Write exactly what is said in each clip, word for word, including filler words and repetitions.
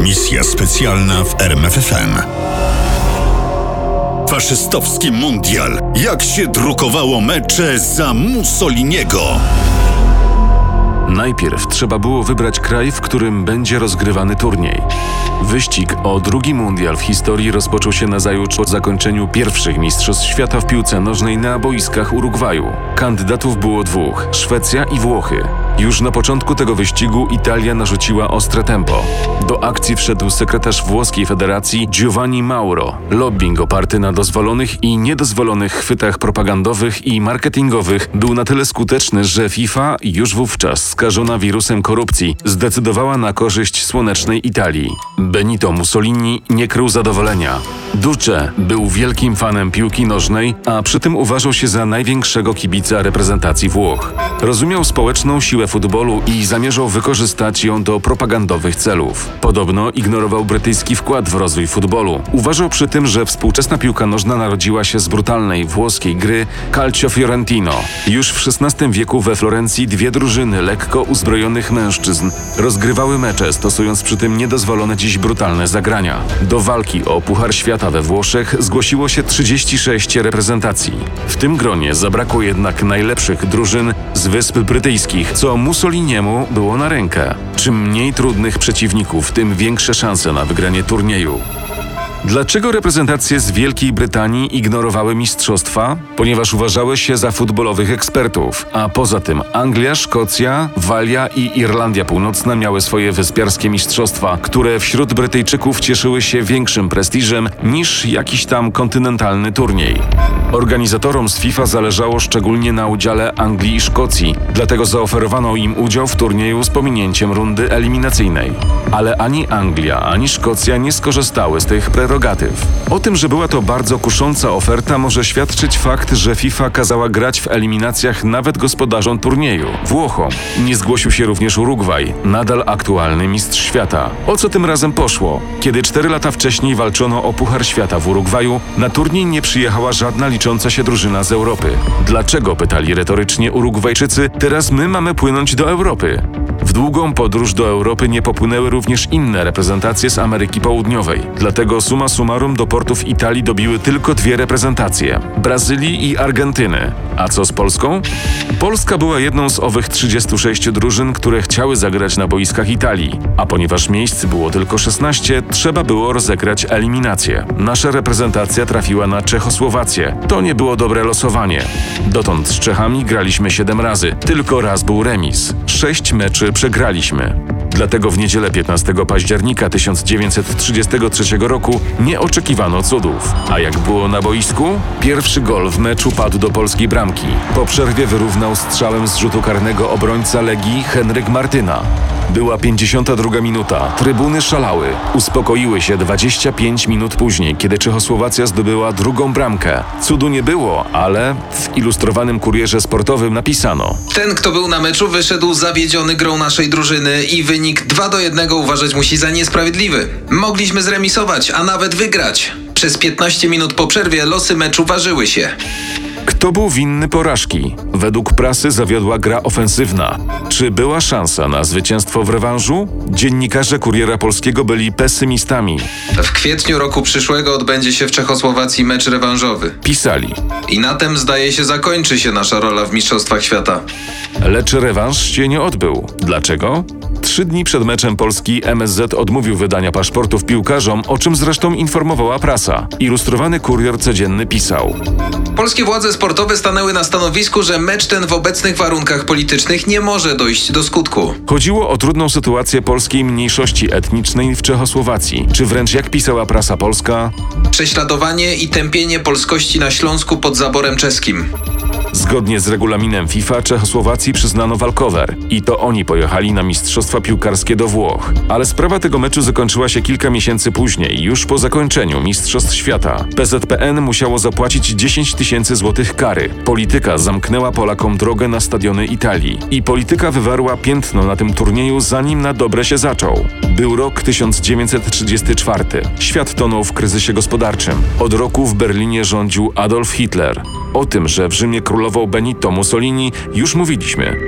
Misja specjalna w R M F F M. Faszystowski mundial. Jak się drukowało mecze za Mussoliniego. Najpierw trzeba było wybrać kraj, w którym będzie rozgrywany turniej. Wyścig o drugi mundial w historii rozpoczął się nazajutrz po zakończeniu pierwszych Mistrzostw Świata w piłce nożnej na boiskach Urugwaju. Kandydatów było dwóch – Szwecja i Włochy. Już na początku tego wyścigu Italia narzuciła ostre tempo. Do akcji wszedł sekretarz włoskiej federacji Giovanni Mauro. Lobbying oparty na dozwolonych i niedozwolonych chwytach propagandowych i marketingowych był na tyle skuteczny, że FIFA, już wówczas skażona wirusem korupcji, zdecydowała na korzyść słonecznej Italii. Benito Mussolini nie krył zadowolenia. Duce był wielkim fanem piłki nożnej, a przy tym uważał się za największego kibica reprezentacji Włoch. Rozumiał społeczną siłę futbolu i zamierzał wykorzystać ją do propagandowych celów. Podobno ignorował brytyjski wkład w rozwój futbolu. Uważał przy tym, że współczesna piłka nożna narodziła się z brutalnej włoskiej gry Calcio Fiorentino. Już w szesnastym wieku we Florencji dwie drużyny lekko uzbrojonych mężczyzn rozgrywały mecze, stosując przy tym niedozwolone dziś brutalne zagrania. Do walki o Puchar Świata we Włoszech zgłosiło się trzydzieści sześć reprezentacji. W tym gronie zabrakło jednak najlepszych drużyn z Wysp Brytyjskich, co Mussoliniemu było na rękę. Czym mniej trudnych przeciwników, tym większe szanse na wygranie turnieju. Dlaczego reprezentacje z Wielkiej Brytanii ignorowały mistrzostwa? Ponieważ uważały się za futbolowych ekspertów, a poza tym Anglia, Szkocja, Walia i Irlandia Północna miały swoje wyspiarskie mistrzostwa, które wśród Brytyjczyków cieszyły się większym prestiżem niż jakiś tam kontynentalny turniej. Organizatorom z FIFA zależało szczególnie na udziale Anglii i Szkocji, dlatego zaoferowano im udział w turnieju z pominięciem rundy eliminacyjnej. Ale ani Anglia, ani Szkocja nie skorzystały z tych prerogatyw. O tym, że była to bardzo kusząca oferta, może świadczyć fakt, że FIFA kazała grać w eliminacjach nawet gospodarzom turnieju, Włochom. Nie zgłosił się również Urugwaj, nadal aktualny mistrz świata. O co tym razem poszło? Kiedy cztery lata wcześniej walczono o Puchar Świata w Urugwaju, na turniej nie przyjechała żadna licząca się drużyna z Europy. Dlaczego, pytali retorycznie Urugwajczycy, teraz my mamy płynąć do Europy? W długą podróż do Europy nie popłynęły również inne reprezentacje z Ameryki Południowej. Dlatego summa summarum do portów Italii dobiły tylko dwie reprezentacje – Brazylii i Argentyny. A co z Polską? Polska była jedną z owych trzydziestu sześciu drużyn, które chciały zagrać na boiskach Italii. A ponieważ miejsc było tylko szesnaście, trzeba było rozegrać eliminację. Nasza reprezentacja trafiła na Czechosłowację. To nie było dobre losowanie. Dotąd z Czechami graliśmy siedem razy. Tylko raz był remis. Sześć meczy przegraliśmy. Dlatego w niedzielę piętnastego października tysiąc dziewięćset trzydziestego trzeciego roku nie oczekiwano cudów. A jak było na boisku? Pierwszy gol w meczu padł do polskiej bramki. Po przerwie wyrównał strzałem z rzutu karnego obrońca Legii Henryk Martyna. Była pięćdziesiąta druga minuta. Trybuny szalały. Uspokoiły się dwadzieścia pięć minut później, kiedy Czechosłowacja zdobyła drugą bramkę. Cudu nie było, ale w ilustrowanym kurierze sportowym napisano: ten, kto był na meczu, wyszedł zawiedziony grą naszej drużyny i wynik dwa do jednego uważać musi za niesprawiedliwy. Mogliśmy zremisować, a nawet wygrać. Przez piętnaście minut po przerwie losy meczu ważyły się. Kto był winny porażki? Według prasy zawiodła gra ofensywna. Czy była szansa na zwycięstwo w rewanżu? Dziennikarze Kuriera Polskiego byli pesymistami. W kwietniu roku przyszłego odbędzie się w Czechosłowacji mecz rewanżowy. Pisali. I na tym, zdaje się, zakończy się nasza rola w Mistrzostwach Świata. Lecz rewanż się nie odbył. Dlaczego? Trzy dni przed meczem Polski M S Z odmówił wydania paszportów piłkarzom, o czym zresztą informowała prasa. Ilustrowany Kurier Codzienny pisał: polskie władze sportowe stanęły na stanowisku, że mecz ten w obecnych warunkach politycznych nie może dojść do skutku. Chodziło o trudną sytuację polskiej mniejszości etnicznej w Czechosłowacji, czy wręcz, jak pisała prasa polska, prześladowanie i tępienie polskości na Śląsku pod zaborem czeskim. Zgodnie z regulaminem FIFA Czechosłowacji przyznano walkover i to oni pojechali na mistrzostwa piłkarskie do Włoch. Ale sprawa tego meczu zakończyła się kilka miesięcy później, już po zakończeniu Mistrzostw Świata. P Z P N musiało zapłacić dziesięć tysięcy złotych kary. Polityka zamknęła Polakom drogę na stadiony Italii. I polityka wywarła piętno na tym turnieju, zanim na dobre się zaczął. Był rok tysiąc dziewięćset trzydziesty czwarty. Świat tonął w kryzysie gospodarczym. Od roku w Berlinie rządził Adolf Hitler. O tym, że w Rzymie królował Benito Mussolini, już mówiliśmy.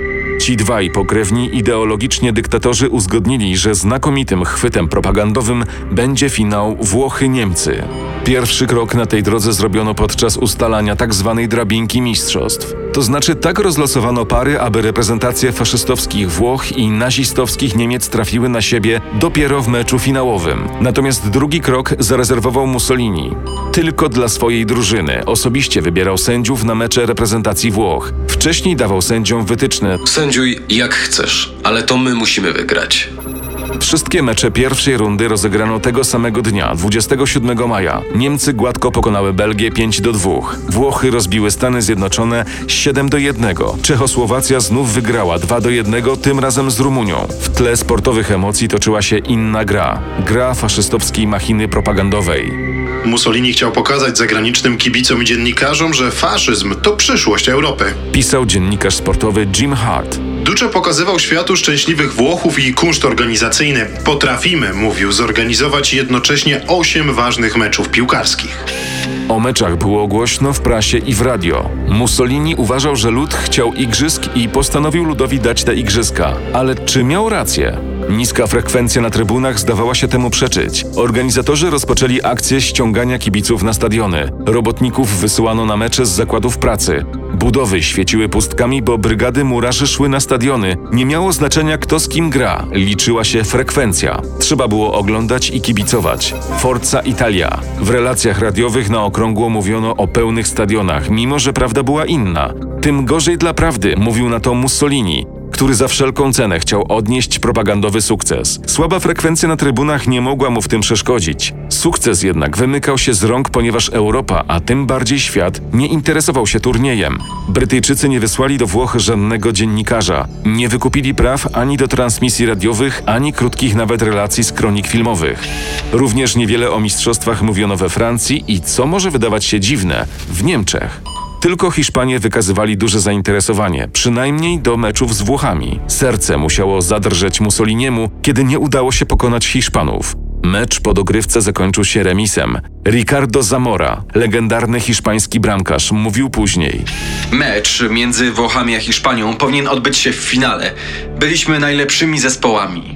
Ci dwaj pokrewni ideologicznie dyktatorzy uzgodnili, że znakomitym chwytem propagandowym będzie finał Włochy-Niemcy. Pierwszy krok na tej drodze zrobiono podczas ustalania tzw. drabinki mistrzostw. To znaczy tak rozlosowano pary, aby reprezentacje faszystowskich Włoch i nazistowskich Niemiec trafiły na siebie dopiero w meczu finałowym. Natomiast drugi krok zarezerwował Mussolini. Tylko dla swojej drużyny osobiście wybierał sędziów na mecze reprezentacji Włoch. Wcześniej dawał sędziom wytyczne. Sędziuj jak chcesz, ale to my musimy wygrać. Wszystkie mecze pierwszej rundy rozegrano tego samego dnia, dwudziestego siódmego maja. Niemcy gładko pokonały Belgię pięć do dwóch. Włochy rozbiły Stany Zjednoczone siedem do jednego. Czechosłowacja znów wygrała dwa do jednego, tym razem z Rumunią. W tle sportowych emocji toczyła się inna gra. Gra faszystowskiej machiny propagandowej. Mussolini chciał pokazać zagranicznym kibicom i dziennikarzom, że faszyzm to przyszłość Europy. Pisał dziennikarz sportowy Jim Hart. Duce pokazywał światu szczęśliwych Włochów i kunszt organizacyjny. Potrafimy, mówił, zorganizować jednocześnie osiem ważnych meczów piłkarskich. O meczach było głośno w prasie i w radio. Mussolini uważał, że lud chciał igrzysk i postanowił ludowi dać te igrzyska. Ale czy miał rację? Niska frekwencja na trybunach zdawała się temu przeczyć. Organizatorzy rozpoczęli akcję ściągania kibiców na stadiony. Robotników wysyłano na mecze z zakładów pracy. Budowy świeciły pustkami, bo brygady murarzy szły na stadiony. Nie miało znaczenia, kto z kim gra. Liczyła się frekwencja. Trzeba było oglądać i kibicować. Forza Italia. W relacjach radiowych na okrągło mówiono o pełnych stadionach, mimo że prawda była inna. Tym gorzej dla prawdy, mówił na to Mussolini, który za wszelką cenę chciał odnieść propagandowy sukces. Słaba frekwencja na trybunach nie mogła mu w tym przeszkodzić. Sukces jednak wymykał się z rąk, ponieważ Europa, a tym bardziej świat, nie interesował się turniejem. Brytyjczycy nie wysłali do Włoch żadnego dziennikarza. Nie wykupili praw ani do transmisji radiowych, ani krótkich nawet relacji z kronik filmowych. Również niewiele o mistrzostwach mówiono we Francji i, co może wydawać się dziwne, w Niemczech. Tylko Hiszpanie wykazywali duże zainteresowanie, przynajmniej do meczów z Włochami. Serce musiało zadrżeć Mussoliniemu, kiedy nie udało się pokonać Hiszpanów. Mecz po dogrywce zakończył się remisem. Ricardo Zamora, legendarny hiszpański bramkarz, mówił później: Mecz między Włochami a Hiszpanią powinien odbyć się w finale. Byliśmy najlepszymi zespołami.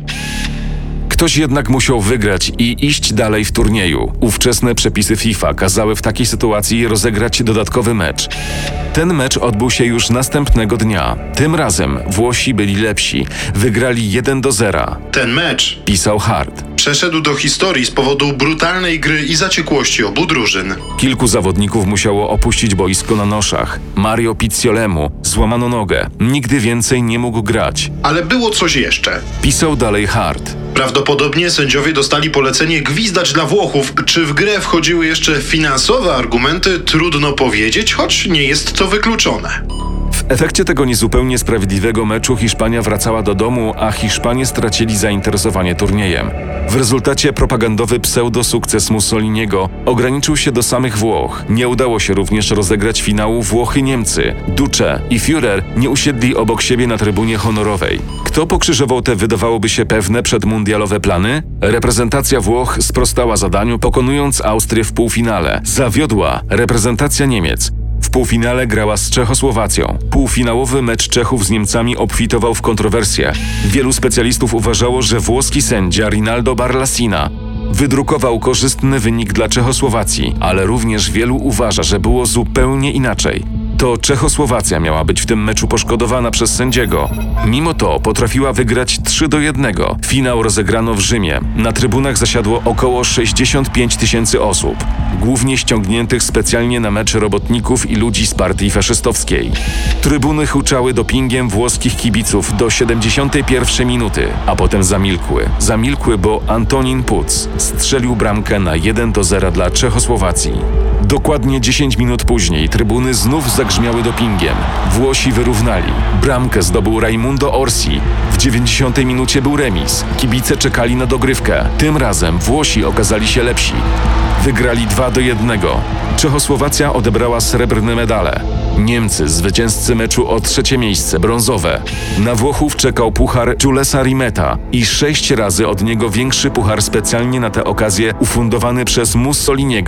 Ktoś jednak musiał wygrać i iść dalej w turnieju. Ówczesne przepisy FIFA kazały w takiej sytuacji rozegrać dodatkowy mecz. Ten mecz odbył się już następnego dnia. Tym razem Włosi byli lepsi. Wygrali jeden do zera. Ten mecz, pisał Hart, przeszedł do historii z powodu brutalnej gry i zaciekłości obu drużyn. Kilku zawodników musiało opuścić boisko na noszach. Mario Picciolemu złamano nogę. Nigdy więcej nie mógł grać. Ale było coś jeszcze. Pisał dalej Hart. Prawdopodobnie sędziowie dostali polecenie gwizdać dla Włochów. Czy w grę wchodziły jeszcze finansowe argumenty? Trudno powiedzieć, choć nie jest to wykluczone. W efekcie tego niezupełnie sprawiedliwego meczu Hiszpania wracała do domu, a Hiszpanie stracili zainteresowanie turniejem. W rezultacie propagandowy pseudosukces Mussoliniego ograniczył się do samych Włoch. Nie udało się również rozegrać finału Włochy-Niemcy. Duce i Führer nie usiedli obok siebie na trybunie honorowej. Kto pokrzyżował te, wydawałoby się, pewne przedmundialowe plany? Reprezentacja Włoch sprostała zadaniu, pokonując Austrię w półfinale. Zawiodła reprezentacja Niemiec. W półfinale grała z Czechosłowacją. Półfinałowy mecz Czechów z Niemcami obfitował w kontrowersje. Wielu specjalistów uważało, że włoski sędzia Rinaldo Barlassina wydrukował korzystny wynik dla Czechosłowacji, ale również wielu uważa, że było zupełnie inaczej. To Czechosłowacja miała być w tym meczu poszkodowana przez sędziego. Mimo to potrafiła wygrać trzy do jednego. Finał rozegrano w Rzymie. Na trybunach zasiadło około sześćdziesiąt pięć tysięcy osób, głównie ściągniętych specjalnie na mecz robotników i ludzi z partii faszystowskiej. Trybuny huczały dopingiem włoskich kibiców do siedemdziesiątej pierwszej minuty, a potem zamilkły. Zamilkły, bo Antonin Puc strzelił bramkę na jeden do zera dla Czechosłowacji. Dokładnie dziesięć minut później trybuny znów zagrzmiały dopingiem. Włosi wyrównali. Bramkę zdobył Raimundo Orsi. W dziewięćdziesiątej minucie był remis. Kibice czekali na dogrywkę. Tym razem Włosi okazali się lepsi. Wygrali dwa do jednego. Czechosłowacja odebrała srebrne medale. Niemcy, zwycięzcy meczu o trzecie miejsce, brązowe. Na Włochów czekał puchar Julesa Rimeta i sześć razy od niego większy puchar specjalnie na tę okazję ufundowany przez Mussoliniego.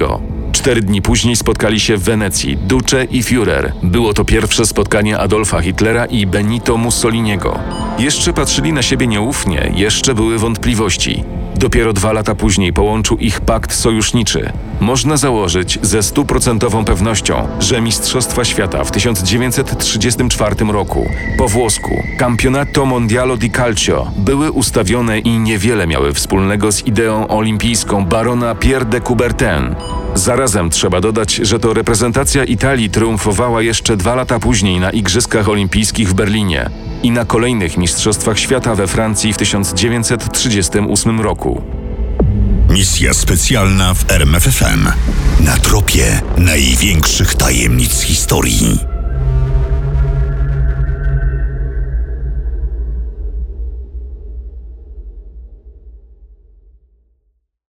Cztery dni później spotkali się w Wenecji Duce i Führer. Było to pierwsze spotkanie Adolfa Hitlera i Benito Mussoliniego. Jeszcze patrzyli na siebie nieufnie, jeszcze były wątpliwości. Dopiero dwa lata później połączył ich pakt sojuszniczy. Można założyć ze stuprocentową pewnością, że Mistrzostwa Świata w tysiąc dziewięćset trzydziestym czwartym roku po włosku Campionato Mondiale di Calcio były ustawione i niewiele miały wspólnego z ideą olimpijską barona Pierre de Coubertin. Zarazem trzeba dodać, że to reprezentacja Italii triumfowała jeszcze dwa lata później na Igrzyskach Olimpijskich w Berlinie i na kolejnych Mistrzostwach Świata we Francji w tysiąc dziewięćset trzydziestym ósmym roku. Misja specjalna w R M F F M. Na tropie największych tajemnic historii.